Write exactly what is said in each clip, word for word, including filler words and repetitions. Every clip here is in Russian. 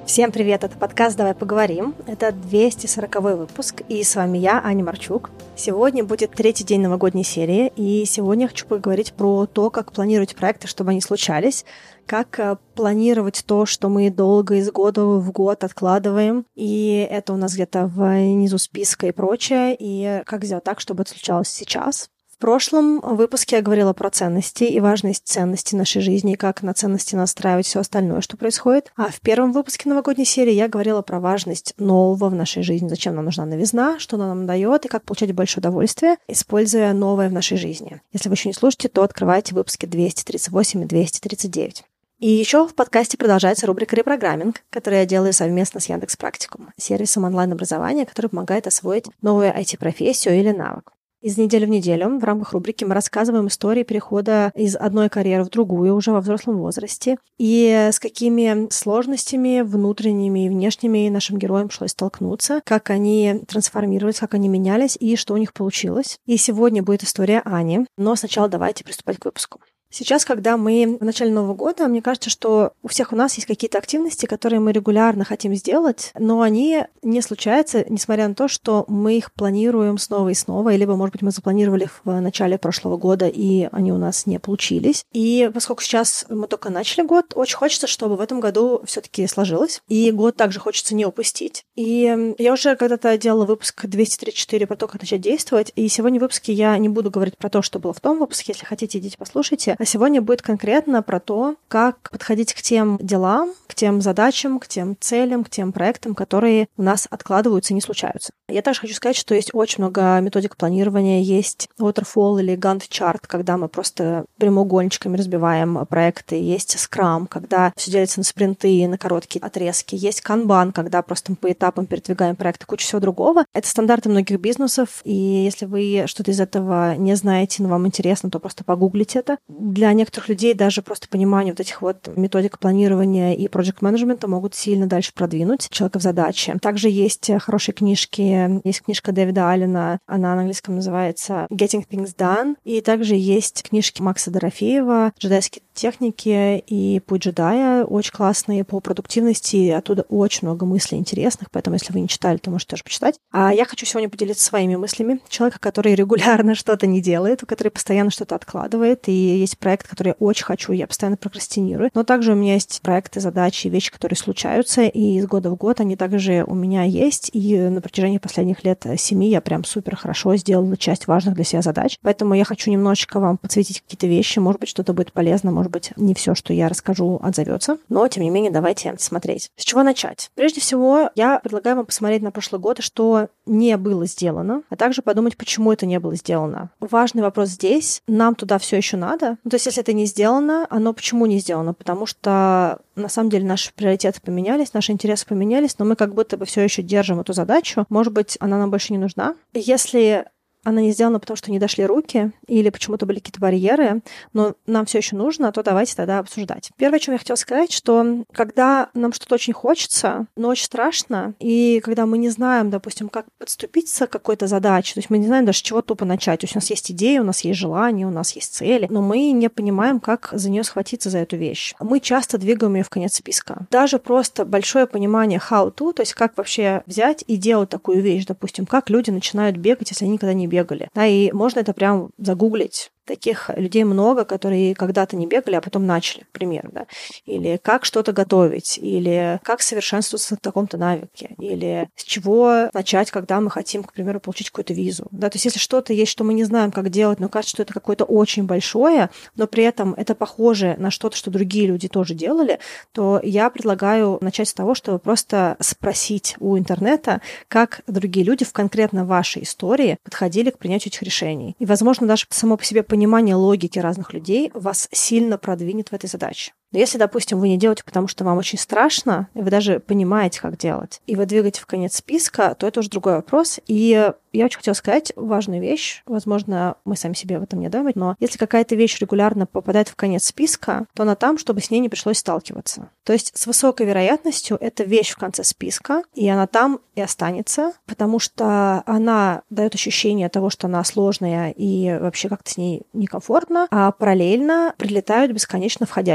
Всем привет, это подкаст «Давай поговорим». Это двести сороковой выпуск, и с вами я, Аня Марчук. Сегодня будет третий день новогодней серии, и сегодня я хочу поговорить про то, как планировать проекты, чтобы они случались, как планировать то, что мы долго из года в год откладываем, и это у нас где-то внизу списка и прочее, и как сделать так, чтобы это случалось сейчас. В прошлом выпуске я говорила про ценности и важность ценностей нашей жизни, и как на ценности настраивать все остальное, что происходит. А в первом выпуске новогодней серии я говорила про важность нового в нашей жизни, зачем нам нужна новизна, что она нам дает, и как получать большое удовольствие, используя новое в нашей жизни. Если вы еще не слушаете, то открывайте выпуски двести тридцать восемь и двести тридцать девять. И еще в подкасте продолжается рубрика «Репрограмминг», которую я делаю совместно с Яндекс.Практикум, сервисом онлайн-образования, который помогает освоить новую ай ти-профессию или навык. Из недели в неделю в рамках рубрики мы рассказываем истории перехода из одной карьеры в другую уже во взрослом возрасте и с какими сложностями внутренними и внешними нашим героям пришлось столкнуться, как они трансформировались, как они менялись и что у них получилось. И сегодня будет история Ани, но сначала давайте приступать к выпуску. Сейчас, когда мы в начале Нового года, мне кажется, что у всех у нас есть какие-то активности, которые мы регулярно хотим сделать, но они не случаются, несмотря на то, что мы их планируем снова и снова, либо, может быть, мы запланировали в начале прошлого года, и они у нас не получились. И поскольку сейчас мы только начали год, очень хочется, чтобы в этом году все-таки сложилось, и год также хочется не упустить. И я уже когда-то делала выпуск двести тридцать четыре про то, как начать действовать, и сегодня в выпуске я не буду говорить про то, что было в том выпуске, если хотите, идите послушайте. А сегодня будет конкретно про то, как подходить к тем делам, к тем задачам, к тем целям, к тем проектам, которые у нас откладываются и не случаются. Я также хочу сказать, что есть очень много методик планирования. Есть Waterfall или Gantt chart, когда мы просто прямоугольничками разбиваем проекты. Есть Scrum, когда все делится на спринты и на короткие отрезки. Есть Kanban, когда просто мы по этапам передвигаем проекты, куча всего другого. Это стандарты многих бизнесов, и если вы что-то из этого не знаете, но вам интересно, то просто погуглите это. Для некоторых людей даже просто понимание вот этих вот методик планирования и проект-менеджмента могут сильно дальше продвинуть человека в задаче. Также есть хорошие книжки. Есть книжка Дэвида Аллена, она на английском называется Getting Things Done. И также есть книжки Макса Дорофеева, джедайские техники и Путь джедая, очень классные по продуктивности. Оттуда очень много мыслей интересных, поэтому если вы не читали, то можете тоже почитать. А я хочу сегодня поделиться своими мыслями. Человека, который регулярно что-то не делает, который постоянно что-то откладывает, и есть проект, который я очень хочу, я постоянно прокрастинирую. Но также у меня есть проекты, задачи, вещи, которые случаются, и из года в год они также у меня есть. И на протяжении последних лет семи я прям супер хорошо сделала часть важных для себя задач. Поэтому я хочу немножечко вам подсветить какие-то вещи. Может быть, что-то будет полезно, может быть, не все, что я расскажу, отзовется. Но, тем не менее, давайте смотреть. С чего начать? Прежде всего, я предлагаю вам посмотреть на прошлый год, что не было сделано, а также подумать, почему это не было сделано. Важный вопрос здесь. Нам туда все еще надо. Ну, то есть, если это не сделано, оно почему не сделано? Потому что, на самом деле, наши приоритеты поменялись, наши интересы поменялись, но мы как будто бы все еще держим эту задачу. Может быть, она нам больше не нужна. Если она не сделана, потому что не дошли руки, или почему-то были какие-то барьеры, но нам все еще нужно, то давайте тогда обсуждать. Первое, о чем я хотела сказать, что когда нам что-то очень хочется, но очень страшно, и когда мы не знаем, допустим, как подступиться к какой-то задаче, то есть мы не знаем даже, с чего тупо начать. То есть у нас есть идеи, у нас есть желания, у нас есть цели, но мы не понимаем, как за нее схватиться, за эту вещь. Мы часто двигаем ее в конец списка. Даже просто большое понимание how to, то есть как вообще взять и делать такую вещь, допустим, как люди начинают бегать, если они никогда не бегали. Да, и можно это прям загуглить. Таких людей много, которые когда-то не бегали, а потом начали, к примеру, да. Или как что-то готовить, или как совершенствоваться в таком-то навыке, или с чего начать, когда мы хотим, к примеру, получить какую-то визу. Да, то есть если что-то есть, что мы не знаем, как делать, но кажется, что это какое-то очень большое, но при этом это похоже на что-то, что другие люди тоже делали, то я предлагаю начать с того, чтобы просто спросить у интернета, как другие люди в конкретно вашей истории подходили к принятию этих решений. И, возможно, даже само по себе понимание, Понимание логики разных людей вас сильно продвинет в этой задаче. Но если, допустим, вы не делаете, потому что вам очень страшно, и вы даже понимаете, как делать, и вы двигаете в конец списка, то это уже другой вопрос. И я очень хотела сказать важную вещь. Возможно, мы сами себе в этом не думаем, но если какая-то вещь регулярно попадает в конец списка, то она там, чтобы с ней не пришлось сталкиваться. То есть с высокой вероятностью эта вещь в конце списка, и она там и останется, потому что она дает ощущение того, что она сложная и вообще как-то с ней некомфортно, а параллельно прилетают бесконечно входящие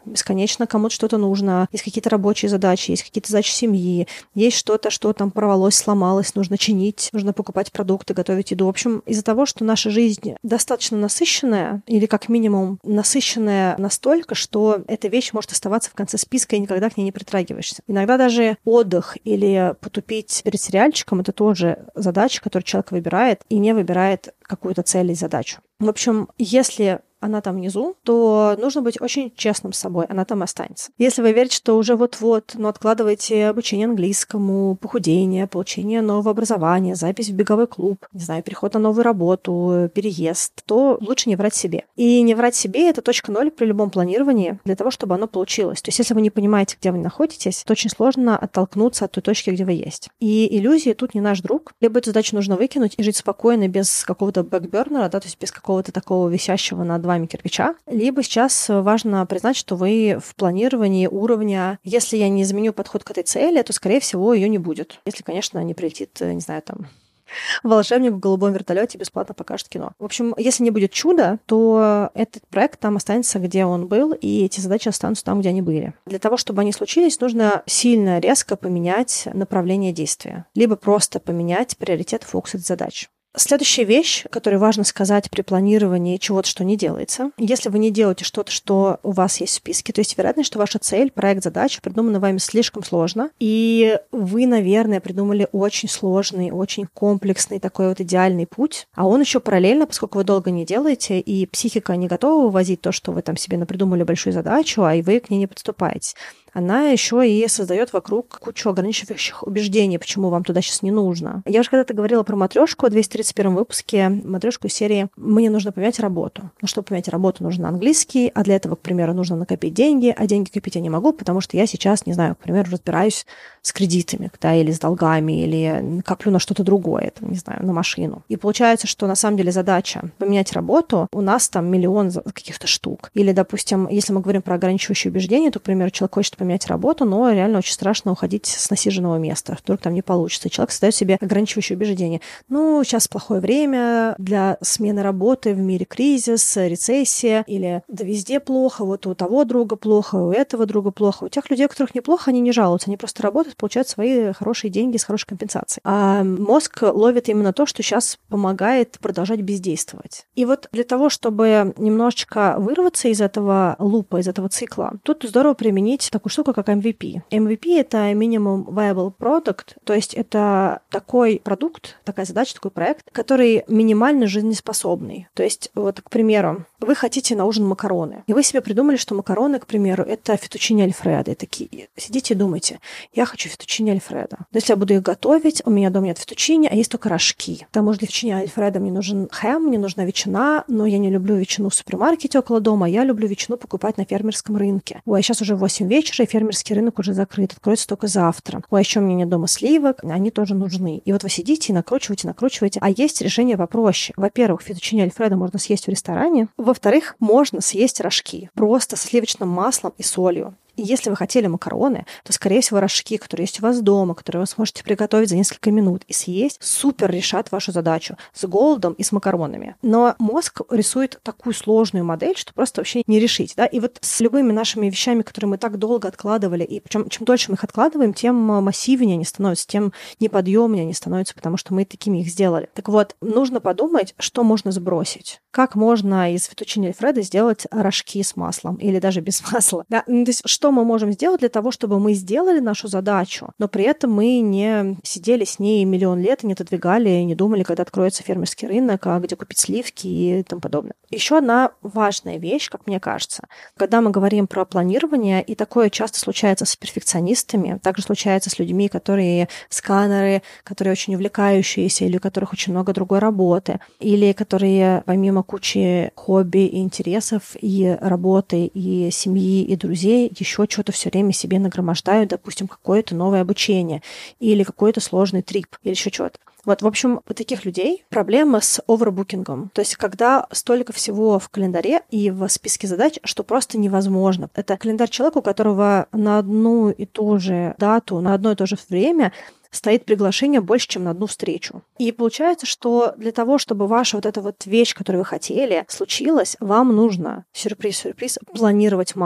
бесконечно кому-то что-то нужно, есть какие-то рабочие задачи, есть какие-то задачи семьи, есть что-то, что там порвалось, сломалось, нужно чинить, нужно покупать продукты, готовить еду. В общем, из-за того, что наша жизнь достаточно насыщенная, или как минимум насыщенная настолько, что эта вещь может оставаться в конце списка, и никогда к ней не притрагиваешься. Иногда даже отдых или потупить перед сериальчиком — это тоже задача, которую человек выбирает, и не выбирает какую-то цель и задачу. В общем, если она там внизу, то нужно быть очень честным с собой, она там останется. Если вы верите, что уже вот-вот, ну, откладываете обучение английскому, похудение, получение нового образования, запись в беговой клуб, не знаю, переход на новую работу, переезд, то лучше не врать себе. И не врать себе — это точка ноль при любом планировании для того, чтобы оно получилось. То есть если вы не понимаете, где вы находитесь, то очень сложно оттолкнуться от той точки, где вы есть. И иллюзии тут не наш друг. Либо эту задачу нужно выкинуть и жить спокойно, без какого-то бэкбернера, да, то есть без какого-то такого висящего над вами кирпича, либо сейчас важно признать, что вы в планировании уровня, если я не изменю подход к этой цели, то, скорее всего, ее не будет. Если, конечно, не прилетит, не знаю, там, волшебник в голубом вертолете бесплатно покажет кино. В общем, если не будет чуда, то этот проект там останется, где он был, и эти задачи останутся там, где они были. Для того, чтобы они случились, нужно сильно, резко поменять направление действия, либо просто поменять приоритет, фокус от задач. Следующая вещь, которую важно сказать при планировании чего-то, что не делается. Если вы не делаете что-то, что у вас есть в списке, то есть вероятность, что ваша цель, проект, задача придумана вами слишком сложно, и вы, наверное, придумали очень сложный, очень комплексный такой вот идеальный путь, а он еще параллельно, поскольку вы долго не делаете, и психика не готова вывозить то, что вы там себе напридумали большую задачу, а и вы к ней не подступаете. Она еще и создает вокруг кучу ограничивающих убеждений, почему вам туда сейчас не нужно. Я уже когда-то говорила про матрешку в двести тридцать первом выпуске, матрешку из серии «Мне нужно поменять работу». Ну, чтобы поменять работу, нужно английский, а для этого, к примеру, нужно накопить деньги, а деньги копить я не могу, потому что я сейчас, не знаю, к примеру, разбираюсь с кредитами, да, или с долгами, или коплю на что-то другое, там, не знаю, на машину. И получается, что на самом деле задача поменять работу, у нас там миллион каких-то штук. Или, допустим, если мы говорим про ограничивающие убеждения, то, к примеру, человек хочет поменять работу, но реально очень страшно уходить с насиженного места, вдруг там не получится. И человек создает себе ограничивающие убеждения. Ну, сейчас плохое время для смены работы, в мире кризис, рецессия, или да везде плохо, вот у того друга плохо, у этого друга плохо. У тех людей, у которых неплохо, они не жалуются, они просто работают, получают свои хорошие деньги с хорошей компенсацией. А мозг ловит именно то, что сейчас помогает продолжать бездействовать. И вот для того, чтобы немножечко вырваться из этого лупа, из этого цикла, тут здорово применить такую штуку, как эм ви пи. эм ви пи — это Minimum Viable Product, то есть это такой продукт, такая задача, такой проект, который минимально жизнеспособный. То есть, вот, к примеру, вы хотите на ужин макароны, и вы себе придумали, что макароны, к примеру, это фетучини альфредо. И такие сидите и думаете, я хочу фетучини альфредо. Но если я буду их готовить, у меня дома нет фетучини, а есть только рожки. Потому что для фетучини альфредо мне нужен хэм, мне нужна ветчина, но я не люблю ветчину в супермаркете около дома, я люблю ветчину покупать на фермерском рынке. Ой, а сейчас уже восемь вечера, и фермерский рынок уже закрыт, откроется только завтра. Ой, а еще у меня нет дома сливок, они тоже нужны. И вот вы сидите и накручиваете, накручиваете. А есть решение попроще. Во-первых, фетучини альфредо можно съесть в ресторане. Во-вторых, можно съесть рожки просто со сливочным маслом и солью. И если вы хотели макароны, то, скорее всего, рожки, которые есть у вас дома, которые вы сможете приготовить за несколько минут и съесть, супер решат вашу задачу с голодом и с макаронами. Но мозг рисует такую сложную модель, что просто вообще не решить. Да? И вот с любыми нашими вещами, которые мы так долго откладывали, и причем чем дольше мы их откладываем, тем массивнее они становятся, тем неподъемнее они становятся, потому что мы такими их сделали. Так вот, нужно подумать, что можно сбросить. Как можно из фетучини альфредо сделать рожки с маслом или даже без масла. Да? Ну, то есть, что мы можем сделать для того, чтобы мы сделали нашу задачу, но при этом мы не сидели с ней миллион лет и не отодвигали, и не думали, когда откроется фермерский рынок, а где купить сливки и тому подобное. Еще одна важная вещь, как мне кажется, когда мы говорим про планирование, и такое часто случается с перфекционистами, также случается с людьми, которые сканеры, которые очень увлекающиеся, или у которых очень много другой работы, или которые помимо кучи хобби и интересов, и работы, и семьи, и друзей, еще что-то все время себе нагромождают, допустим, какое-то новое обучение, или какой-то сложный трип, или еще что-то. Вот, в общем, у таких людей проблема с овербукингом. То есть, когда столько всего в календаре и в списке задач, что просто невозможно. Это календарь человека, у которого на одну и ту же дату, на одно и то же время стоит приглашение больше, чем на одну встречу. И получается, что для того, чтобы ваша вот эта вот вещь, которую вы хотели, случилась, вам нужно, сюрприз-сюрприз, планировать мало.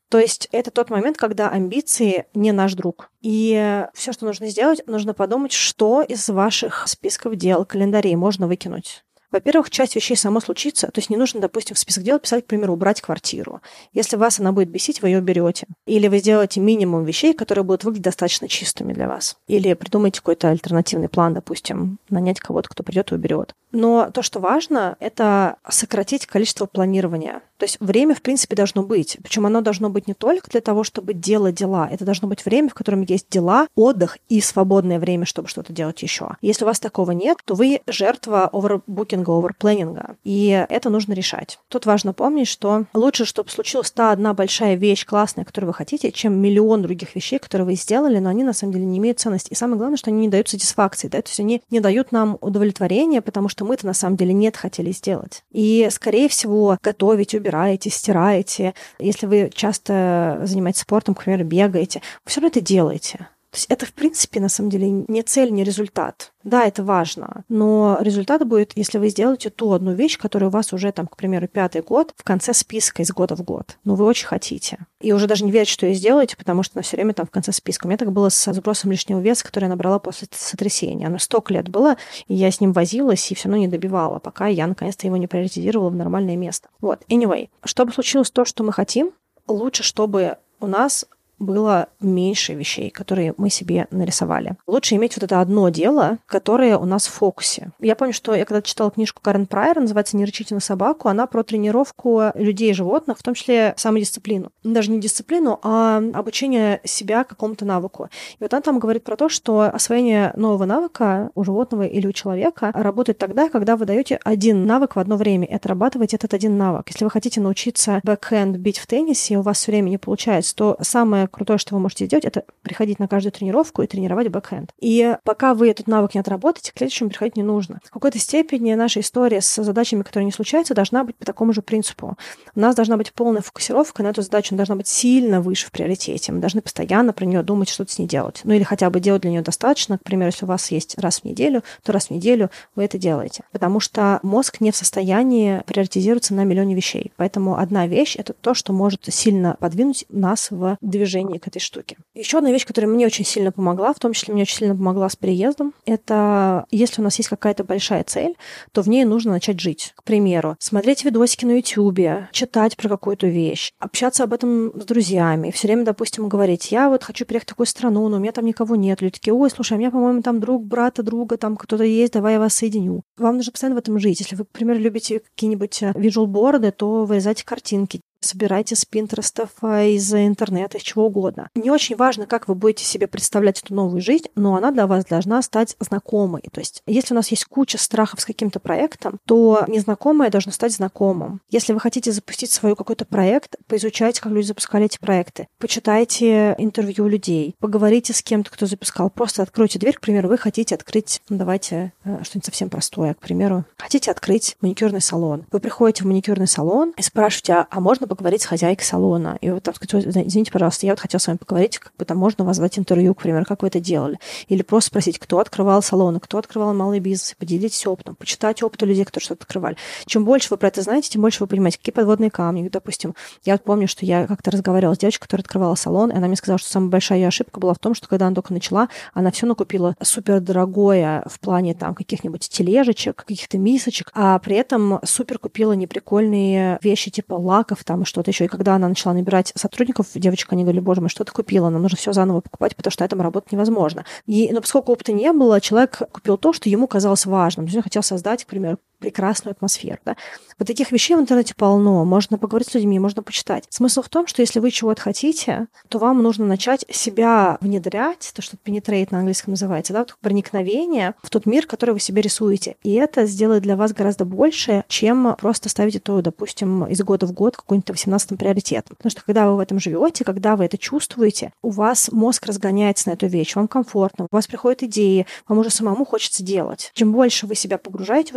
То есть это тот момент, когда амбиции не наш друг. И все, что нужно сделать, нужно подумать, что из ваших списков дел, календарей можно выкинуть. Во-первых, часть вещей само случится, то есть не нужно, допустим, в список дел писать, к примеру, убрать квартиру. Если вас она будет бесить, вы ее уберете. Или вы сделаете минимум вещей, которые будут выглядеть достаточно чистыми для вас. Или придумайте какой-то альтернативный план, допустим, нанять кого-то, кто придет и уберет. Но то, что важно, это сократить количество планирования. То есть время, в принципе, должно быть. Причем оно должно быть не только для того, чтобы делать дела. Это должно быть время, в котором есть дела, отдых и свободное время, чтобы что-то делать еще. Если у вас такого нет, то вы жертва овербукинга, оверпланинга. И это нужно решать. Тут важно помнить, что лучше, чтобы случилась та одна большая вещь классная, которую вы хотите, чем миллион других вещей, которые вы сделали, но они на самом деле не имеют ценности. И самое главное, что они не дают сатисфакции. Да? То есть они не дают нам удовлетворения, потому что мы-то на самом деле нет хотели сделать. И, скорее всего, готовить, убираете, стираете. Если вы часто занимаетесь спортом, к примеру, бегаете, вы все равно это делаете. То есть это, в принципе, на самом деле не цель, не результат. Да, это важно, но результат будет, если вы сделаете ту одну вещь, которая у вас уже, там, к примеру, пятый год в конце списка из года в год. Но вы очень хотите. И уже даже не верите, что ее сделаете, потому что она все время там в конце списка. У меня так было с сбросом лишнего веса, который я набрала после сотрясения. Оно столько лет было, и я с ним возилась и все равно не добивала, пока я наконец-то его не приоритизировала в нормальное место. Вот, anyway, чтобы случилось то, что мы хотим, лучше, чтобы у нас было меньше вещей, которые мы себе нарисовали. Лучше иметь вот это одно дело, которое у нас в фокусе. Я помню, что я когда читала книжку Карен Прайер, называется «Не рычите на собаку», она про тренировку людей и животных, в том числе самодисциплину. Даже не дисциплину, а обучение себя какому-то навыку. И вот она там говорит про то, что освоение нового навыка у животного или у человека работает тогда, когда вы даете один навык в одно время и отрабатываете этот один навык. Если вы хотите научиться бэкхенд бить в теннисе, и у вас все время не получается, то самое крутое, что вы можете сделать, это приходить на каждую тренировку и тренировать бэкхенд. И пока вы этот навык не отработаете, к следующему приходить не нужно. В какой-то степени наша история с задачами, которые не случаются, должна быть по такому же принципу. У нас должна быть полная фокусировка на эту задачу, она должна быть сильно выше в приоритете. Мы должны постоянно про нее думать, что-то с ней делать. Ну или хотя бы делать для нее достаточно. К примеру, если у вас есть раз в неделю, то раз в неделю вы это делаете. Потому что мозг не в состоянии приоритизироваться на миллионе вещей. Поэтому одна вещь — это то, что может сильно подвинуть нас в движение к этой штуке. Еще одна вещь, которая мне очень сильно помогла, в том числе мне очень сильно помогла с переездом, это если у нас есть какая-то большая цель, то в ней нужно начать жить. К примеру, смотреть видосики на Ютубе, читать про какую-то вещь, общаться об этом с друзьями, все время, допустим, говорить: я вот хочу переехать в такую страну, но у меня там никого нет. Люди такие: ой, слушай, у меня, по-моему, там друг, брата, друга, там кто-то есть, давай я вас соединю. Вам нужно постоянно в этом жить. Если вы, к примеру, любите какие-нибудь визуал-борды, то вырезайте картинки, собирайте с Пинтерестов, из интернета, из чего угодно. Не очень важно, как вы будете себе представлять эту новую жизнь, но она для вас должна стать знакомой. То есть, если у нас есть куча страхов с каким-то проектом, то незнакомое должно стать знакомым. Если вы хотите запустить свой какой-то проект, поизучайте, как люди запускали эти проекты. Почитайте интервью людей, поговорите с кем-то, кто запускал. Просто откройте дверь, к примеру, вы хотите открыть, ну, давайте что-нибудь совсем простое, к примеру, хотите открыть маникюрный салон. Вы приходите в маникюрный салон и спрашиваете: а можно поговорить с хозяйкой салона? И вот там сказать: извините, пожалуйста, я вот хотела с вами поговорить, как бы там можно вас звать интервью, к примеру, как вы это делали. Или просто спросить, кто открывал салоны, кто открывал малый бизнес, поделитесь опытом, почитать опыт у людей, которые что-то открывали. Чем больше вы про это знаете, тем больше вы понимаете, какие подводные камни. Допустим, я вот помню, что я как-то разговаривала с девочкой, которая открывала салон, и она мне сказала, что самая большая ее ошибка была в том, что когда она только начала, она все накупила супер дорогое в плане там каких-нибудь тележечек, каких-то мисочек, а при этом супер купила неприкольные вещи типа лаков там и что-то еще. И когда она начала набирать сотрудников, девочка, они говорили: боже мой, что ты купила? Нам нужно все заново покупать, потому что на этом работать невозможно. И, но поскольку опыта не было, человек купил то, что ему казалось важным. То есть он хотел создать, к примеру, прекрасную атмосферу. Да? Вот таких вещей в интернете полно. Можно поговорить с людьми, можно почитать. Смысл в том, что если вы чего-то хотите, то вам нужно начать себя внедрять, то, что penetrate на английском называется, да, вот проникновение в тот мир, который вы себе рисуете. И это сделает для вас гораздо больше, чем просто ставить это, допустим, из года в год какой-нибудь восемнадцатым приоритетом. Потому что когда вы в этом живете, когда вы это чувствуете, у вас мозг разгоняется на эту вещь, вам комфортно, у вас приходят идеи, вам уже самому хочется делать. Чем больше вы себя погружаете в эту территорию,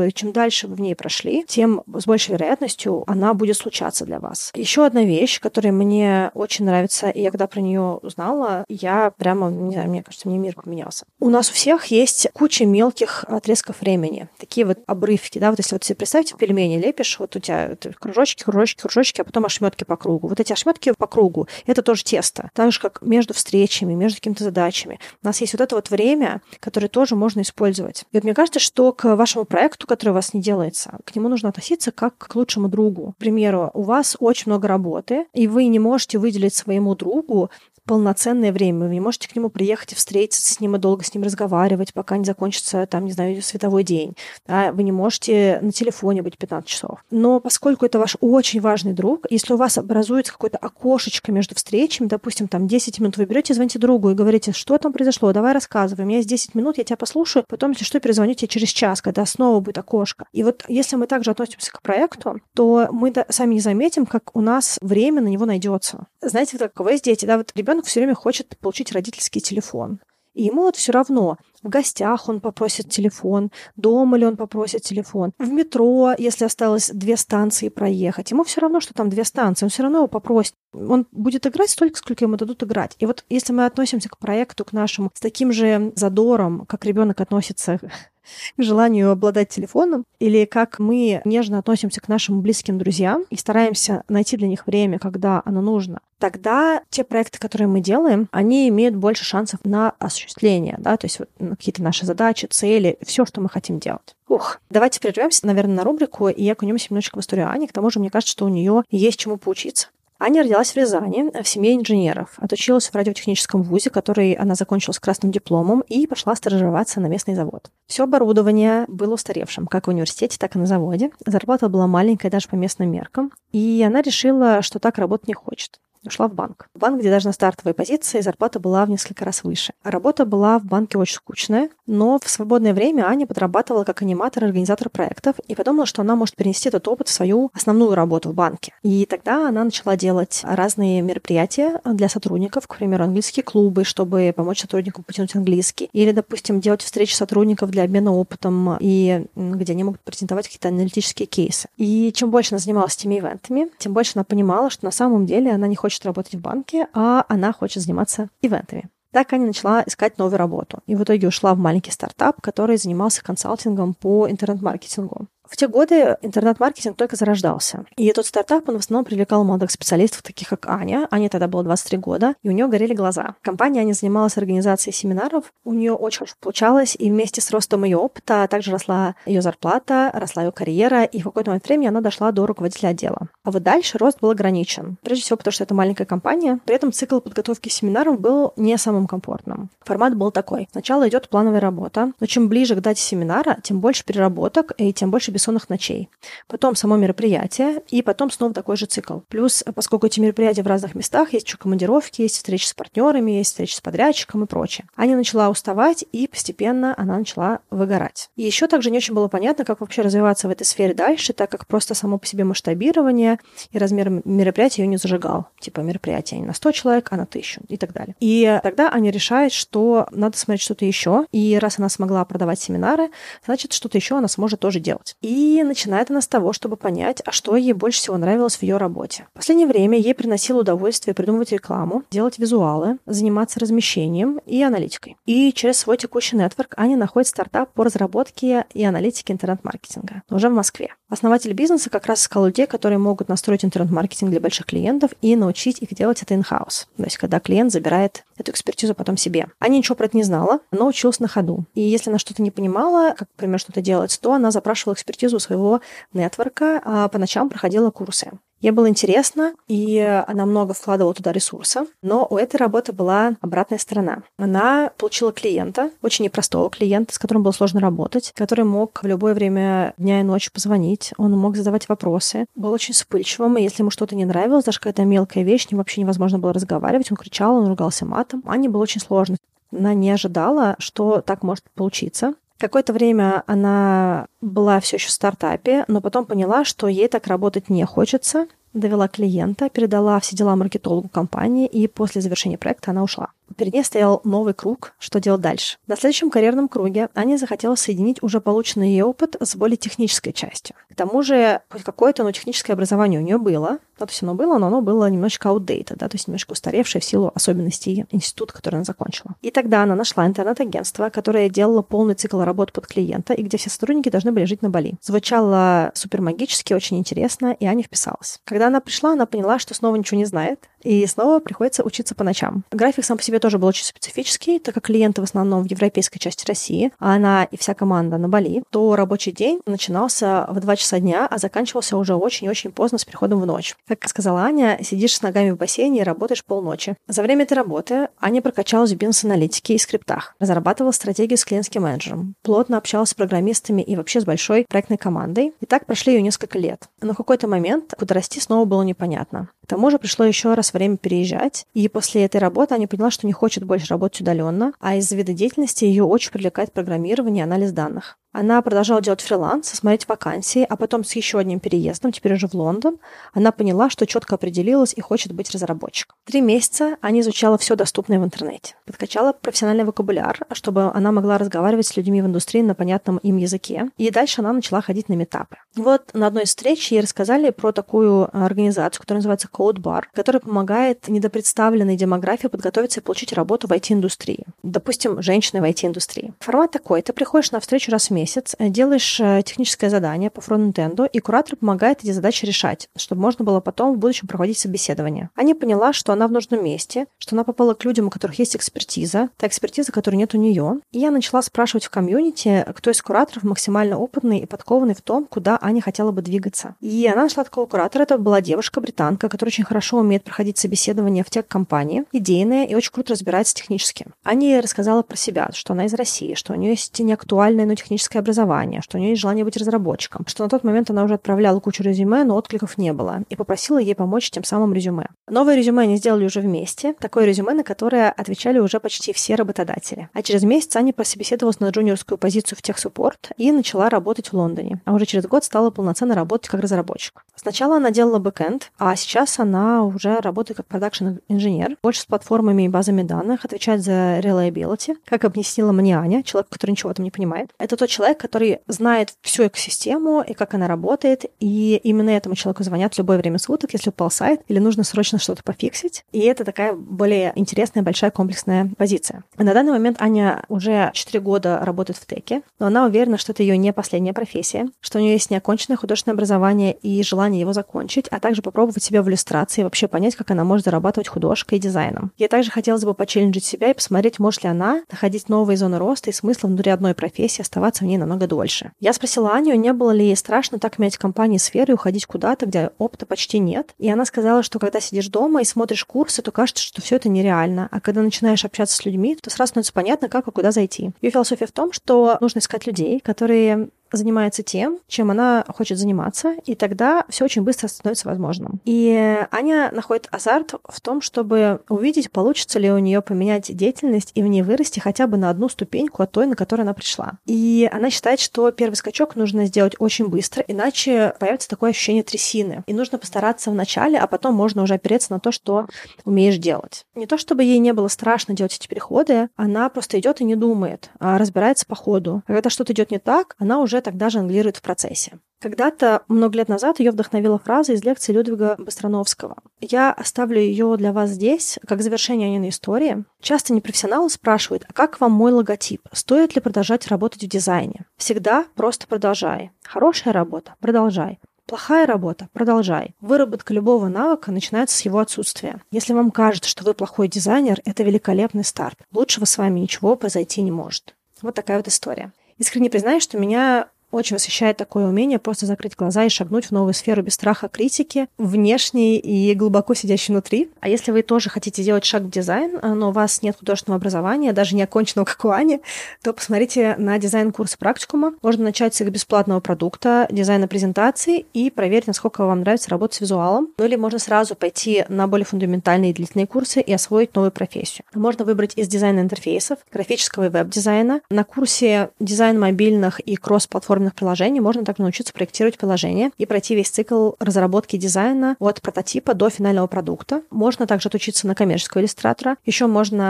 что чем дальше вы в ней прошли, тем с большей вероятностью она будет случаться для вас. Еще одна вещь, которая мне очень нравится, и я когда про нее узнала, я прямо, не знаю, мне кажется, мне мир поменялся. У нас у всех есть куча мелких отрезков времени, такие вот обрывки, да, вот если вот себе представьте, пельмени лепишь, вот у тебя кружочки, кружочки, кружочки, а потом ошметки по кругу. Вот эти ошметки по кругу — это тоже тесто. Так же, как между встречами, между какими-то задачами. У нас есть вот это вот время, которое тоже можно использовать. И вот мне кажется, что к вашему проекту, который у вас не делается, к нему нужно относиться как к лучшему другу. К примеру, у вас очень много работы, и вы не можете выделить своему другу полноценное время. Вы не можете к нему приехать и встретиться с ним и долго с ним разговаривать, пока не закончится, там, не знаю, световой день. Да? Вы не можете на телефоне быть пятнадцать часов. Но поскольку это ваш очень важный друг, если у вас образуется какое-то окошечко между встречами, допустим, там десять минут, вы берете, звоните другу и говорите, что там произошло, давай рассказывай, у меня есть десять минут, я тебя послушаю, потом, если что, перезвоню тебе через час, когда снова будет окошко. И вот если мы также относимся к проекту, то мы сами не заметим, как у нас время на него найдется. Знаете, вот как у вас дети, да, вот ребенок все время хочет получить родительский телефон. И ему вот все равно, в гостях он попросит телефон, дома ли он попросит телефон, в метро, если осталось две станции проехать, ему все равно, что там две станции, он все равно его попросит. Он будет играть столько, сколько ему дадут играть. И вот если мы относимся к проекту, к нашему, с таким же задором, как ребенок относится к желанию обладать телефоном, или как мы нежно относимся к нашим близким друзьям и стараемся найти для них время, когда оно нужно, тогда те проекты, которые мы делаем, они имеют больше шансов на осуществление, да, то есть вот какие-то наши задачи, цели, все, что мы хотим делать. Ух, давайте прервемся, наверное, на рубрику и окунемся немножечко в историю Ани. К тому же, мне кажется, что у нее есть чему поучиться. Аня родилась в Рязани, в семье инженеров. Отучилась в радиотехническом вузе, который она закончила с красным дипломом, и пошла стажироваться на местный завод. Все оборудование было устаревшим, как в университете, так и на заводе. Зарплата была маленькая даже по местным меркам. И она решила, что так работать не хочет. Ушла в банк. В банк, где даже на стартовой позиции зарплата была в несколько раз выше. Работа была в банке очень скучная, но в свободное время Аня подрабатывала как аниматор и организатор проектов и подумала, что она может перенести этот опыт в свою основную работу в банке. И тогда она начала делать разные мероприятия для сотрудников, к примеру, английские клубы, чтобы помочь сотрудникам потянуть английский. Или, допустим, делать встречи сотрудников для обмена опытом, и где они могут презентовать какие-то аналитические кейсы. И чем больше она занималась этими ивентами, тем больше она понимала, что на самом деле она не хочет работать в банке, а она хочет заниматься ивентами. Так Аня начала искать новую работу. И в итоге ушла в маленький стартап, который занимался консалтингом по интернет-маркетингу. В те годы интернет-маркетинг только зарождался. И этот стартап, он в основном привлекал молодых специалистов, таких как Аня. Ане тогда было двадцать три года, и у нее горели глаза. Компания Аня занималась организацией семинаров, у нее очень хорошо получалось, и вместе с ростом ее опыта также росла ее зарплата, росла ее карьера, и в какой-то момент времени она дошла до руководителя отдела. А вот дальше рост был ограничен. Прежде всего, потому что это маленькая компания, при этом цикл подготовки семинаров был не самым комфортным. Формат был такой. Сначала идет плановая работа, но чем ближе к дате семинара, тем больше переработок и тем больше бессонных ночей. Потом само мероприятие, и потом снова такой же цикл. Плюс, поскольку эти мероприятия в разных местах, есть еще командировки, есть встречи с партнерами, есть встречи с подрядчиком и прочее. Аня начала уставать, и постепенно она начала выгорать. И еще также не очень было понятно, как вообще развиваться в этой сфере дальше, так как просто само по себе масштабирование и размер мероприятия ее не зажигал. Типа мероприятие не на сто человек, а на тысячу и так далее. И тогда Аня решает, что надо смотреть что-то еще, и раз она смогла продавать семинары, значит, что-то еще она сможет тоже делать. И начинает она с того, чтобы понять, а что ей больше всего нравилось в ее работе. В последнее время ей приносило удовольствие придумывать рекламу, делать визуалы, заниматься размещением и аналитикой. И через свой текущий нетворк Аня находит стартап по разработке и аналитике интернет-маркетинга, уже в Москве. Основатель бизнеса как раз искал людей, которые могут настроить интернет-маркетинг для больших клиентов и научить их делать это in-house. То есть, когда клиент забирает эту экспертизу потом себе. Аня ничего про это не знала, но училась на ходу. И если она что-то не понимала, как, например, что-то делать, то она запрашивала экспертизу у своего нетворка, а по ночам проходила курсы. Ей было интересно, и она много вкладывала туда ресурса, но у этой работы была обратная сторона. Она получила клиента, очень непростого клиента, с которым было сложно работать, который мог в любое время дня и ночи позвонить, он мог задавать вопросы, был очень вспыльчивым, и если ему что-то не нравилось, даже какая-то мелкая вещь, вообще невозможно было разговаривать, он кричал, он ругался матом. Ане было очень сложно. Она не ожидала, что так может получиться. Какое-то время она была все еще в стартапе, но потом поняла, что ей так работать не хочется, довела клиента, передала все дела маркетологу компании, и после завершения проекта она ушла. Перед ней стоял новый круг, что делать дальше. На следующем карьерном круге Аня захотела соединить уже полученный ее опыт с более технической частью. К тому же, хоть какое-то ну, техническое образование у нее было, да, то есть оно было, но оно было немножечко outdated, да, то есть немножко устаревшее в силу особенностей института, который она закончила. И тогда она нашла интернет-агентство, которое делало полный цикл работ под клиента, и где все сотрудники должны были жить на Бали. Звучало супер магически, очень интересно, и Аня вписалась. Когда она пришла, она поняла, что снова ничего не знает, и снова приходится учиться по ночам. График сам по себе тоже был очень специфический, так как клиенты в основном в европейской части России, а она и вся команда на Бали, то рабочий день начинался в два часа дня, а заканчивался уже очень-очень поздно с переходом в ночь. Как сказала Аня, сидишь с ногами в бассейне и работаешь полночи. За время этой работы Аня прокачалась в бизнес-аналитике и скриптах, разрабатывала стратегию с клиентским менеджером, плотно общалась с программистами и вообще с большой проектной командой. И так прошли ее несколько лет. Но в какой-то момент, куда расти, снова было непонятно. К тому же пришло еще раз время переезжать, и после этой работы Аня поняла, что не хочет больше работать удаленно, а из-за вида деятельности ее очень привлекает программирование и анализ данных. Она продолжала делать фриланс, смотреть вакансии, а потом с еще одним переездом, теперь уже в Лондон, она поняла, что четко определилась и хочет быть разработчиком. Три месяца Аня изучала все доступное в интернете. Подкачала профессиональный вокабуляр, чтобы она могла разговаривать с людьми в индустрии на понятном им языке. И дальше она начала ходить на митапы. Вот на одной из встреч ей рассказали про такую организацию, которая называется CodeBar, которая помогает недопредставленной демографии подготовиться и получить работу в ай ти-индустрии. Допустим, женщины в ай ти-индустрии. Формат такой. Ты приходишь на встречу раз в месяц, делаешь техническое задание по фронтенду, и куратор помогает эти задачи решать, чтобы можно было потом в будущем проводить собеседование. Аня поняла, что она в нужном месте, что она попала к людям, у которых есть экспертиза, та экспертиза, которой нет у нее. И я начала спрашивать в комьюнити, кто из кураторов максимально опытный и подкованный в том, куда Аня хотела бы двигаться. И она нашла такого куратора. Это была девушка-британка, которая очень хорошо умеет проходить собеседование в тех-компании, идейная и очень круто разбирается технически. Аня рассказала про себя, что она из России, что у нее есть неактуальное, но техническое образование, что у нее есть желание быть разработчиком, что на тот момент она уже отправляла кучу резюме, но откликов не было, и попросила ей помочь тем самым резюме. Новое резюме они сделали уже вместе, такое резюме, на которое отвечали уже почти все работодатели. А через месяц Аня прособеседовалась на джуниорскую позицию в техсуппорт и начала работать в Лондоне. А уже через год стала полноценно работать как разработчик. Сначала она делала бэкэнд, а сейчас она уже работает как продакшн-инженер, больше с платформами и базами данных, отвечает за reliability, как объяснила мне Аня, человек, который ничего в этом не понимает. Это тот человек, который знает всю экосистему и как она работает, и именно этому человеку звонят в любое время суток, если упал сайт или нужно срочно что-то пофиксить. И это такая более интересная, большая, комплексная позиция. На данный момент Аня уже четыре года работает в теке, но она уверена, что это ее не последняя профессия, что у нее есть неоконченное художественное образование и желание его закончить, а также попробовать себя в иллюстрации и вообще понять, как она может зарабатывать художкой и дизайном. Ей также хотелось бы почелленджить себя и посмотреть, может ли она находить новые зоны роста и смысла внутри одной профессии, оставаться в ней намного дольше. Я спросила Аню, не было ли ей страшно так менять компании, сферы и уходить куда-то, где опыта почти нет. И она сказала, что когда сидишь дома и смотришь курсы, то кажется, что все это нереально. А когда начинаешь общаться с людьми, то сразу становится понятно, как и куда зайти. Ее философия в том, что нужно искать людей, которые занимается тем, чем она хочет заниматься, и тогда все очень быстро становится возможным. И Аня находит азарт в том, чтобы увидеть, получится ли у нее поменять деятельность и в ней вырасти хотя бы на одну ступеньку от той, на которую она пришла. И она считает, что первый скачок нужно сделать очень быстро, иначе появится такое ощущение трясины. И нужно постараться вначале, а потом можно уже опереться на то, что умеешь делать. Не то чтобы ей не было страшно делать эти переходы, она просто идет и не думает, а разбирается по ходу. А когда что-то идет не так, она уже тогда жонглирует в процессе. Когда-то, много лет назад, ее вдохновила фраза из лекции Людвига Быстрановского. Я оставлю ее для вас здесь, как завершение Аниной истории. Часто непрофессионалы спрашивают, а как вам мой логотип? Стоит ли продолжать работать в дизайне? Всегда просто продолжай. Хорошая работа – продолжай. Плохая работа – продолжай. Выработка любого навыка начинается с его отсутствия. Если вам кажется, что вы плохой дизайнер, это великолепный старт. Лучшего с вами ничего произойти не может. Вот такая вот история. Искренне признаюсь, что меня очень восхищает такое умение просто закрыть глаза и шагнуть в новую сферу без страха критики, внешней и глубоко сидящей внутри. А если вы тоже хотите делать шаг в дизайн, но у вас нет художественного образования, даже не оконченного, как у Ани, то посмотрите на дизайн-курсы практикума. Можно начать с их бесплатного продукта, дизайна презентации и проверить, насколько вам нравится работать с визуалом. Ну или можно сразу пойти на более фундаментальные и длительные курсы и освоить новую профессию. Можно выбрать из дизайна интерфейсов, графического и веб-дизайна. На курсе дизайн мобильных и кросс-платформ приложений можно так научиться проектировать приложение и пройти весь цикл разработки дизайна от прототипа до финального продукта. Можно также отучиться на коммерческого иллюстратора. Еще можно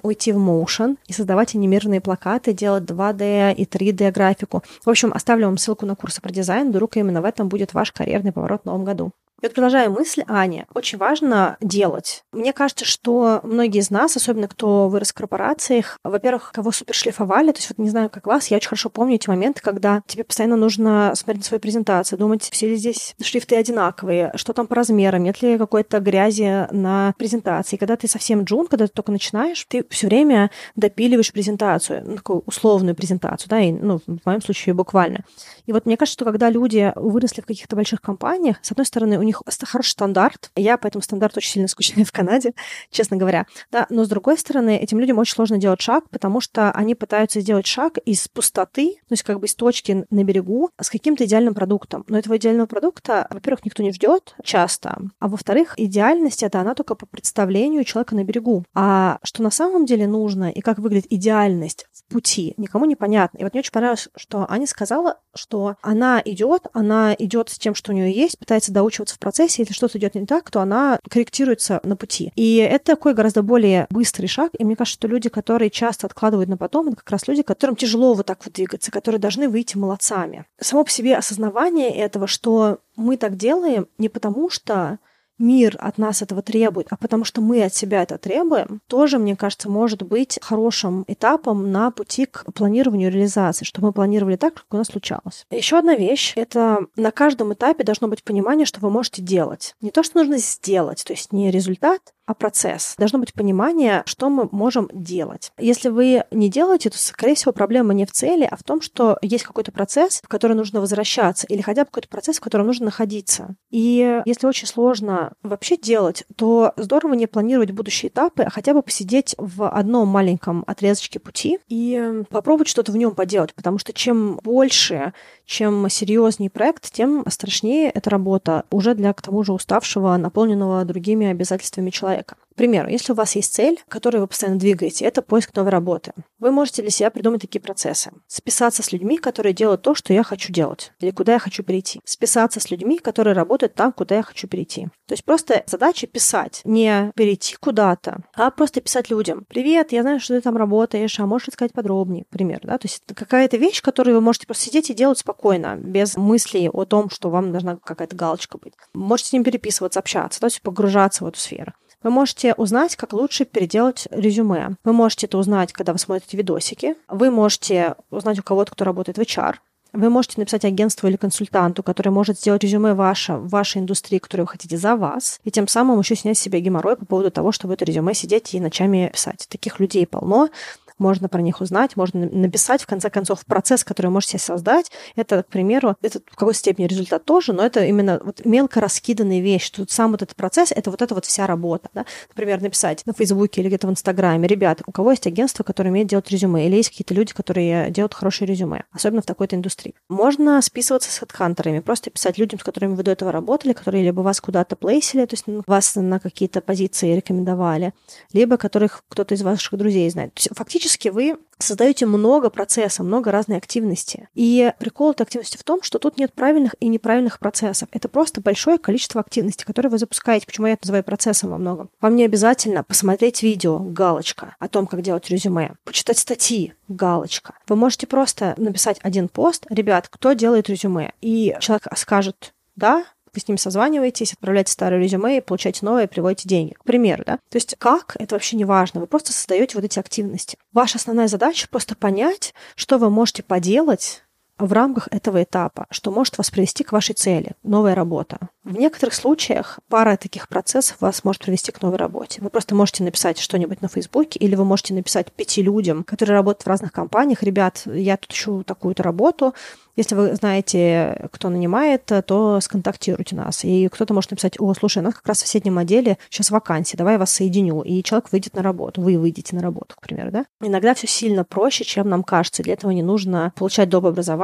уйти в моушен и создавать анимированные плакаты, делать два дэ и три дэ графику. В общем, оставлю вам ссылку на курсы про дизайн. Вдруг именно в этом будет ваш карьерный поворот в новом году. И вот продолжая мысль Ани, очень важно делать. Мне кажется, что многие из нас, особенно кто вырос в корпорациях, во-первых, кого супер шлифовали, то есть вот не знаю, как вас, я очень хорошо помню эти моменты, когда тебе постоянно нужно смотреть на свои презентации, думать, все ли здесь шрифты одинаковые, что там по размерам, нет ли какой-то грязи на презентации. И когда ты совсем джун, когда ты только начинаешь, ты все время допиливаешь презентацию, ну, такую условную презентацию, да, и, ну, в моем случае буквально. И вот мне кажется, что когда люди выросли в каких-то больших компаниях, с одной стороны, у них хороший стандарт. Я по этому стандарту очень сильно скучаю в Канаде, честно говоря. Да, но с другой стороны, этим людям очень сложно делать шаг, потому что они пытаются сделать шаг из пустоты, то есть как бы из точки на берегу, с каким-то идеальным продуктом. Но этого идеального продукта, во-первых, никто не ждет часто, а во-вторых, идеальность — это она только по представлению человека на берегу. А что на самом деле нужно и как выглядит идеальность в пути, никому не понятно. И вот мне очень понравилось, что Аня сказала, что она идет, она идет с тем, что у нее есть, пытается доучиваться в процессе, если что-то идет не так, то она корректируется на пути. И это такой гораздо более быстрый шаг, и мне кажется, что люди, которые часто откладывают на потом, это как раз люди, которым тяжело вот так вот двигаться, которые должны выйти молодцами. Само по себе осознавание этого, что мы так делаем не потому, что мир от нас этого требует, а потому что мы от себя это требуем, тоже, мне кажется, может быть хорошим этапом на пути к планированию и реализации, чтобы мы планировали так, как у нас случалось. Еще одна вещь — это на каждом этапе должно быть понимание, что вы можете делать. Не то, что нужно сделать, то есть не результат, а процесс. Должно быть понимание, что мы можем делать. Если вы не делаете, то, скорее всего, проблема не в цели, а в том, что есть какой-то процесс, в который нужно возвращаться, или хотя бы какой-то процесс, в котором нужно находиться. И если очень сложно вообще делать, то здорово не планировать будущие этапы, а хотя бы посидеть в одном маленьком отрезочке пути и попробовать что-то в нем поделать, потому что чем больше, чем серьезнее проект, тем страшнее эта работа уже для, к тому же, уставшего, наполненного другими обязательствами человека. К примеру, если у вас есть цель, к которой вы постоянно двигаете, это поиск новой работы. Вы можете для себя придумать такие процессы. Списаться с людьми, которые делают то, что я хочу делать, или куда я хочу перейти. Списаться с людьми, которые работают там, куда я хочу перейти. То есть просто задача писать, не перейти куда-то, а просто писать людям. «Привет, я знаю, что ты там работаешь, а можешь рассказать подробнее?» К примеру, да? То есть это какая-то вещь, которую вы можете просто сидеть и делать спокойно, без мыслей о том, что вам должна какая-то галочка быть. Можете с ним переписываться, общаться, то есть погружаться в эту сферу. Вы можете узнать, как лучше переделать резюме. Вы можете это узнать, когда вы смотрите видосики. Вы можете узнать у кого-то, кто работает в эйч ар. Вы можете написать агентству или консультанту, который может сделать резюме ваше в вашей индустрии, которую вы хотите, за вас, и тем самым еще снять с себя геморрой по поводу того, чтобы это резюме сидеть и ночами писать. Таких людей полно. Можно про них узнать, можно написать, в конце концов, процесс, который вы можете создать. Это, к примеру, это в какой степени результат тоже, но это именно вот мелко раскиданные вещи. Тут сам вот этот процесс, это вот эта вот вся работа. Да? Например, написать на Фейсбуке или где-то в Инстаграме: ребят, у кого есть агентство, которое умеет делать резюме, или есть какие-то люди, которые делают хорошие резюме, особенно в такой-то индустрии. Можно списываться с хедхантерами, просто писать людям, с которыми вы до этого работали, которые либо вас куда-то плейсили, то есть вас на какие-то позиции рекомендовали, либо которых кто-то из ваших друзей знает. То есть фактически вы создаете много процессов, много разной активности. И прикол этой активности в том, что тут нет правильных и неправильных процессов. Это просто большое количество активности, которые вы запускаете. Почему я это называю процессом во многом? Вам не обязательно посмотреть видео, галочка, о том, как делать резюме, почитать статьи, галочка. Вы можете просто написать один пост: ребят, кто делает резюме? И человек скажет «да», вы с ним созваниваетесь, отправляете старое резюме и получаете новое, и приводите деньги. К примеру, да? То есть как, это вообще не важно. Вы просто создаете вот эти активности. Ваша основная задача просто понять, что вы можете поделать в рамках этого этапа, что может вас привести к вашей цели, новая работа. В некоторых случаях пара таких процессов вас может привести к новой работе. Вы просто можете написать что-нибудь на Фейсбуке, или вы можете написать пяти людям, которые работают в разных компаниях: ребят, я тут ищу такую-то работу, если вы знаете, кто нанимает, то сконтактируйте нас. И кто-то может написать: о, слушай, у нас как раз в соседнем отделе сейчас вакансия, давай я вас соединю. И человек выйдет на работу, вы выйдете на работу, к примеру, да? Иногда все сильно проще, чем нам кажется. Для этого не нужно получать доп. Образование,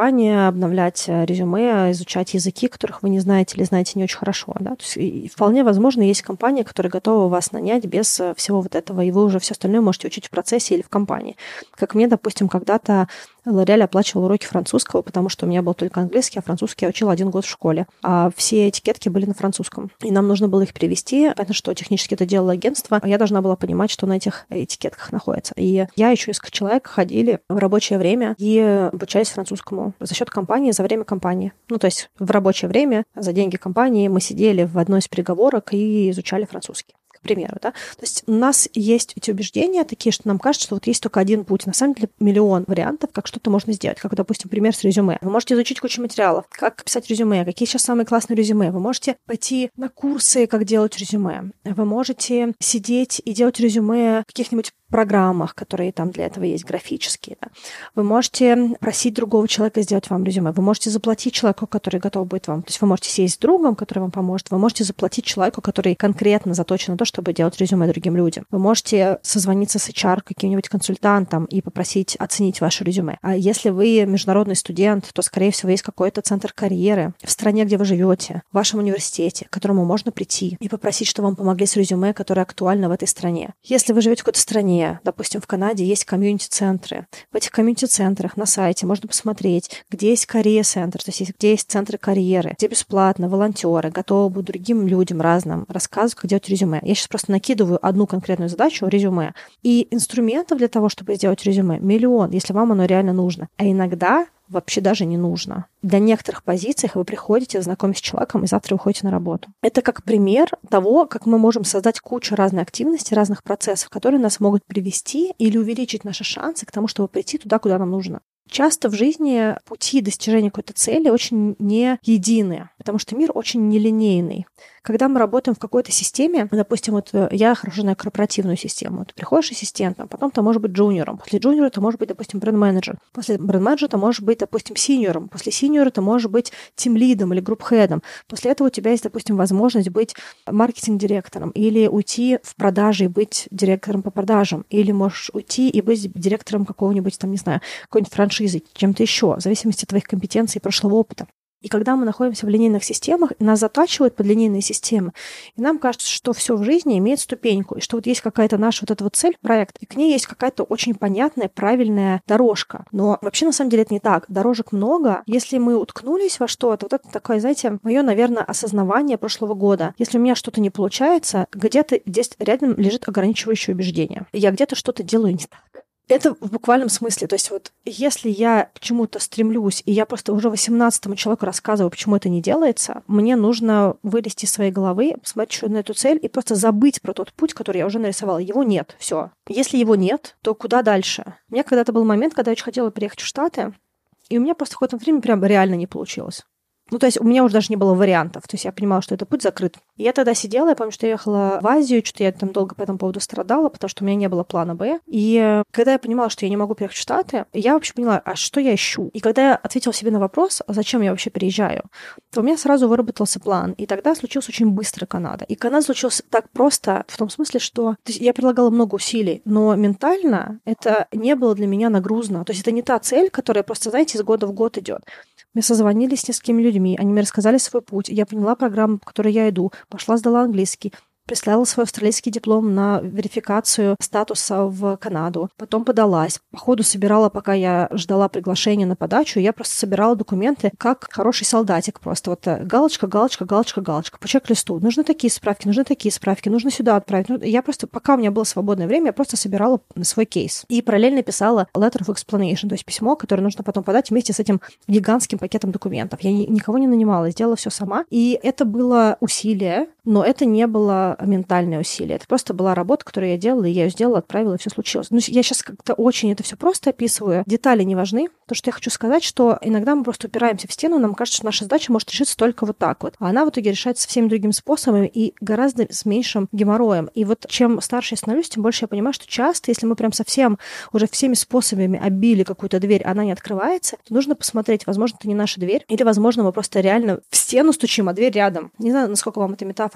желание обновлять резюме, изучать языки, которых вы не знаете или знаете не очень хорошо. Да? То есть, вполне возможно, есть компания, которая готова вас нанять без всего вот этого, и вы уже все остальное можете учить в процессе или в компании. Как мне, допустим, когда-то L'Oréal оплачивал уроки французского, потому что у меня был только английский, а французский я учила один год в школе. А все этикетки были на французском. И нам нужно было их перевести. Понятно, что технически это делало агентство, а я должна была понимать, что на этих этикетках находится. И я еще несколько человек ходили в рабочее время и обучались французскому за счет компании, за время компании. Ну, то есть в рабочее время за деньги компании мы сидели в одной из переговорок и изучали французский. К примеру, да. То есть у нас есть эти убеждения такие, что нам кажется, что вот есть только один путь. На самом деле миллион вариантов, как что-то можно сделать. Как, допустим, пример с резюме. Вы можете изучить кучу материалов, как писать резюме, какие сейчас самые классные резюме. Вы можете пойти на курсы, как делать резюме. Вы можете сидеть и делать резюме в каких-нибудь программах, которые там для этого есть, графические. Да. Вы можете просить другого человека сделать вам резюме. Вы можете заплатить человеку, который готов будет вам. То есть вы можете сесть с другом, который вам поможет. Вы можете заплатить человеку, который конкретно заточен на то, чтобы делать резюме другим людям. Вы можете созвониться с эйч ар, каким-нибудь консультантом и попросить оценить ваше резюме. А если вы международный студент, то, скорее всего, есть какой-то центр карьеры в стране, где вы живете, в вашем университете, к которому можно прийти и попросить, чтобы вам помогли с резюме, которое актуально в этой стране. Если вы живете в какой-то стране, допустим, в Канаде есть комьюнити-центры. В этих комьюнити-центрах на сайте можно посмотреть, где есть карьер-центр, то есть где есть центры карьеры, где бесплатно волонтеры готовы будут другим людям разным рассказывать, как делать резюме. Я сейчас просто накидываю одну конкретную задачу — резюме. И инструментов для того, чтобы сделать резюме, миллион, если вам оно реально нужно. А иногда вообще даже не нужно. Для некоторых позиций вы приходите, знакомитесь с человеком, и завтра выходите на работу. Это как пример того, как мы можем создать кучу разной активности, разных процессов, которые нас могут привести или увеличить наши шансы к тому, чтобы прийти туда, куда нам нужно. Часто в жизни пути достижения какой-то цели очень не единые, потому что мир очень нелинейный. Когда мы работаем в какой-то системе, допустим, вот я хорошо знаю корпоративную систему. Ты приходишь ассистентом, потом ты можешь быть джуниором. После джуниора ты можешь быть, допустим, бренд-менеджером. После бренд-менеджера ты можешь быть, допустим, синьором. После синьора ты можешь быть тимлидом или групп-хедом. После этого у тебя есть, допустим, возможность быть маркетинг-директором или уйти в продажи и быть директором по продажам. Или можешь уйти и быть директором какого-нибудь, там, не знаю, какой-нибудь франшизы, чем-то еще, в зависимости от твоих компетенций и прошлого опыта. И когда мы находимся в линейных системах, и нас затачивают под линейные системы, и нам кажется, что все в жизни имеет ступеньку, и что вот есть какая-то наша вот эта вот цель, проект, и к ней есть какая-то очень понятная, правильная дорожка. Но вообще, на самом деле, это не так. Дорожек много. Если мы уткнулись во что-то, вот это такое, знаете, мое, наверное, осознавание прошлого года. Если у меня что-то не получается, где-то здесь рядом лежит ограничивающее убеждение. Я где-то что-то делаю не так. Это в буквальном смысле. То есть вот если я к чему-то стремлюсь, и я просто уже восемнадцатому человеку рассказываю, почему это не делается, мне нужно вылезти из своей головы, посмотреть на эту цель и просто забыть про тот путь, который я уже нарисовала. Его нет. Все. Если его нет, то куда дальше? У меня когда-то был момент, когда я очень хотела переехать в Штаты, и у меня просто в какое-то время прям реально не получилось. Ну, то есть у меня уже даже не было вариантов. То есть я понимала, что этот путь закрыт. И я тогда сидела, я помню, что я ехала в Азию, что-то я там долго по этому поводу страдала, потому что у меня не было плана Б. И когда я понимала, что я не могу переехать в Штаты, я вообще поняла, а что я ищу? И когда я ответила себе на вопрос, а зачем я вообще переезжаю, то у меня сразу выработался план. И тогда случилась очень быстро Канада. И Канада случилась так просто в том смысле, что то есть я прилагала много усилий, но ментально это не было для меня нагрузно. То есть это не та цель, которая просто, знаете, из года в год идет. Мы созвонились с несколькими людьми, они мне рассказали свой путь, я поняла программу, по которой я иду, пошла, сдала английский, прислала свой австралийский диплом на верификацию статуса в Канаду, потом подалась. По ходу собирала, пока я ждала приглашения на подачу, я просто собирала документы как хороший солдатик просто. Вот галочка, галочка, галочка, галочка. По чек-листу. Нужны такие справки, нужны такие справки, нужно сюда отправить. Ну, я просто, пока у меня было свободное время, я просто собирала свой кейс. И параллельно писала letter of explanation, то есть письмо, которое нужно потом подать вместе с этим гигантским пакетом документов. Я никого не нанимала, сделала все сама. И это было усилие, но это не было ментальное усилие. Это просто была работа, которую я делала, и я ее сделала, отправила, и все случилось. Ну, я сейчас как-то очень это все просто описываю. Детали не важны. То, что я хочу сказать, что иногда мы просто упираемся в стену, нам кажется, что наша задача может решиться только вот так вот. А она в итоге решается всеми другими способами и гораздо с меньшим геморроем. И вот чем старше я становлюсь, тем больше я понимаю, что часто, если мы прям совсем уже всеми способами обили какую-то дверь, она не открывается, то нужно посмотреть, возможно, это не наша дверь, или, возможно, мы просто реально в стену стучим, а дверь рядом. Не знаю, насколько вам эта метафора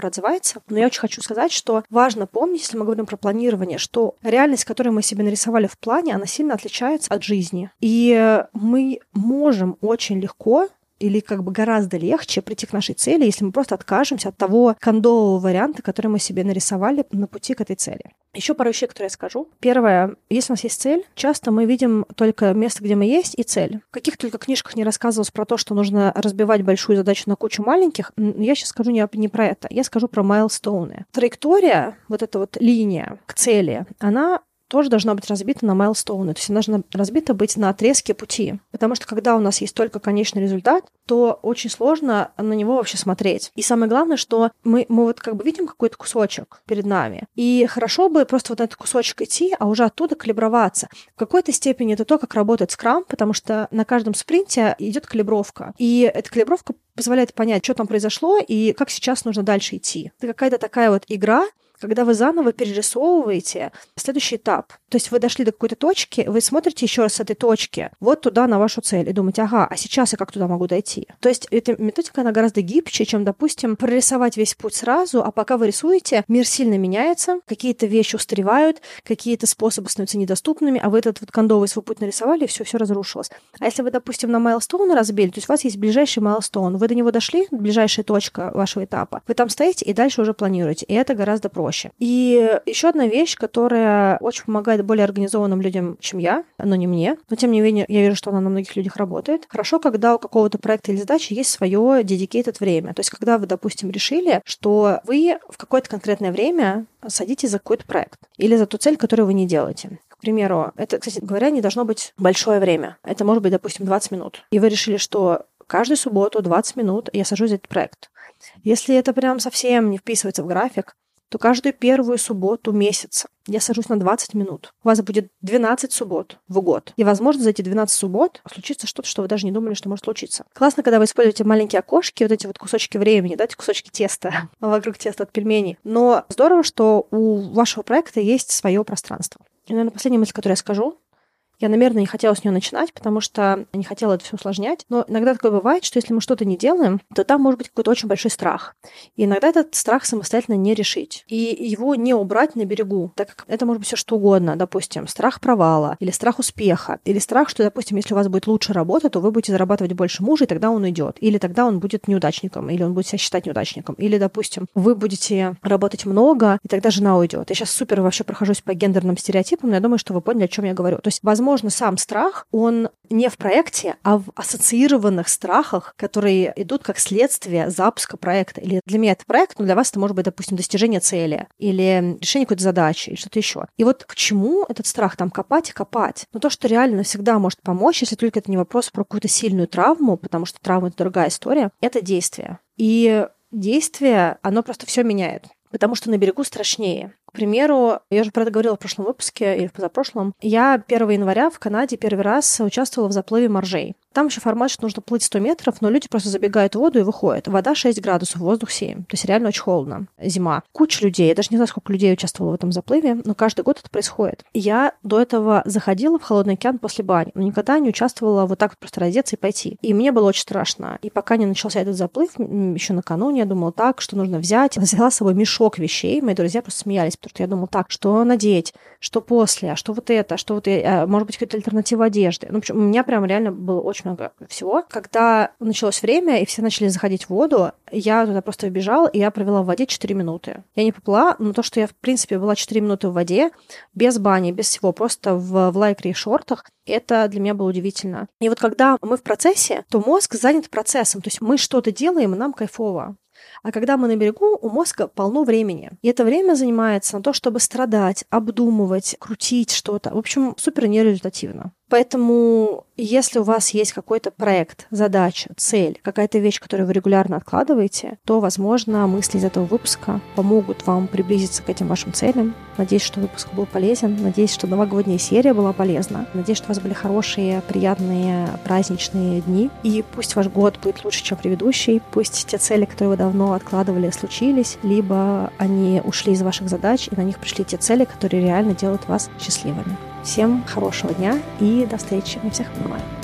метафора отзывается, но я очень хочу сказать, что важно помнить, если мы говорим про планирование, что реальность, которую мы себе нарисовали в плане, она сильно отличается от жизни. И мы можем очень легко или как бы гораздо легче прийти к нашей цели, если мы просто откажемся от того кондового варианта, который мы себе нарисовали на пути к этой цели. Еще пару вещей, которые я скажу. Первое, если у нас есть цель, часто мы видим только место, где мы есть, и цель. В каких только книжках не рассказывалось про то, что нужно разбивать большую задачу на кучу маленьких, я сейчас скажу не, не про это. Я скажу про майлстоуны. Траектория, вот эта вот линия к цели, она тоже должна быть разбита на майлстоуны. То есть она должна разбита быть на отрезке пути. Потому что когда у нас есть только конечный результат, то очень сложно на него вообще смотреть. И самое главное, что мы, мы вот как бы видим какой-то кусочек перед нами. И хорошо бы просто вот на этот кусочек идти, а уже оттуда калиброваться. В какой-то степени это то, как работает скрам, потому что на каждом спринте идет калибровка. И эта калибровка позволяет понять, что там произошло и как сейчас нужно дальше идти. Это какая-то такая вот игра, когда вы заново перерисовываете следующий этап. То есть вы дошли до какой-то точки, вы смотрите еще раз с этой точки вот туда на вашу цель и думаете, ага, а сейчас я как туда могу дойти? То есть эта методика, она гораздо гибче, чем, допустим, прорисовать весь путь сразу, а пока вы рисуете, мир сильно меняется, какие-то вещи устаревают, какие-то способы становятся недоступными, а вы этот вот кондовый свой путь нарисовали, и все, все разрушилось. А если вы, допустим, на майлстоуны разбили, то есть у вас есть ближайший майлстоун, вы до него дошли, ближайшая точка вашего этапа, вы там стоите и дальше уже планируете, и это гораздо проще. И еще одна вещь, которая очень помогает более организованным людям, чем я, но не мне, но тем не менее я вижу, что она на многих людях работает. Хорошо, когда у какого-то проекта или задачи есть свое dedicated время. То есть когда вы, допустим, решили, что вы в какое-то конкретное время садитесь за какой-то проект или за ту цель, которую вы не делаете. К примеру, это, кстати говоря, не должно быть большое время. Это может быть, допустим, двадцать минут. И вы решили, что каждую субботу двадцать минут я сажусь за этот проект. Если это прям совсем не вписывается в график, то каждую первую субботу месяца я сажусь на двадцать минут. У вас будет двенадцать суббот в год. И, возможно, за эти двенадцать суббот случится что-то, что вы даже не думали, что может случиться. Классно, когда вы используете маленькие окошки, вот эти вот кусочки времени, да, эти кусочки теста вокруг теста от пельменей. Но здорово, что у вашего проекта есть свое пространство. И, наверное, последняя мысль, которую я скажу, я намеренно не хотела с нее начинать, потому что не хотела это все усложнять. Но иногда такое бывает, что если мы что-то не делаем, то там может быть какой-то очень большой страх. И иногда этот страх самостоятельно не решить. И его не убрать на берегу, так как это может быть все что угодно. Допустим, страх провала, или страх успеха, или страх, что, допустим, если у вас будет лучше работа, то вы будете зарабатывать больше мужа, и тогда он уйдет. Или тогда он будет неудачником, или он будет себя считать неудачником. Или, допустим, вы будете работать много, и тогда жена уйдет. Я сейчас супер вообще прохожусь по гендерным стереотипам, но я думаю, что вы поняли, о чем я говорю. То есть, возможно, Возможно, сам страх, он не в проекте, а в ассоциированных страхах, которые идут как следствие запуска проекта. Или для меня это проект, но для вас это может быть, допустим, достижение цели или решение какой-то задачи или что-то еще. И вот к чему этот страх там копать и копать? Но то, что реально всегда может помочь, если только это не вопрос про какую-то сильную травму, потому что травма — это другая история, это действие. И действие, оно просто все меняет. Потому что на берегу страшнее. К примеру, я уже про это говорила в прошлом выпуске или в позапрошлом. Я первого января в Канаде первый раз участвовала в заплыве моржей. Там еще формат, что нужно плыть сто метров, но люди просто забегают в воду и выходят. Вода шесть градусов, воздух семь. То есть реально очень холодно. Зима. Куча людей. Я даже не знаю, сколько людей участвовало в этом заплыве, но каждый год это происходит. Я до этого заходила в холодный океан после бани, но никогда не участвовала вот так вот просто раздеться и пойти. И мне было очень страшно. И пока не начался этот заплыв, еще накануне я думала так, что нужно взять. Взяла с собой мешок вещей. Мои друзья просто смеялись, потому что я думала так, что надеть, что после, а что вот это, что вот это, может быть, какая-то альтернатива одежды. Ну, в общем, у меня прям реально было очень много всего. Когда началось время, и все начали заходить в воду, я туда просто бежала, и я провела в воде четыре минуты. Я не поплыла, но то, что я, в принципе, была четыре минуты в воде, без бани, без всего, просто в, в лайкре и шортах, это для меня было удивительно. И вот когда мы в процессе, то мозг занят процессом, то есть мы что-то делаем, и нам кайфово. А когда мы на берегу, у мозга полно времени. И это время занимается на то, чтобы страдать, обдумывать, крутить что-то. В общем, супер нерезультативно. Поэтому, если у вас есть какой-то проект, задача, цель, какая-то вещь, которую вы регулярно откладываете, то, возможно, мысли из этого выпуска помогут вам приблизиться к этим вашим целям. Надеюсь, что выпуск был полезен. Надеюсь, что новогодняя серия была полезна. Надеюсь, что у вас были хорошие, приятные, праздничные дни. И пусть ваш год будет лучше, чем предыдущий. Пусть те цели, которые вы давно откладывали, случились, либо они ушли из ваших задач, и на них пришли те цели, которые реально делают вас счастливыми. Всем хорошего дня и до встречи. Я всех обнимаю.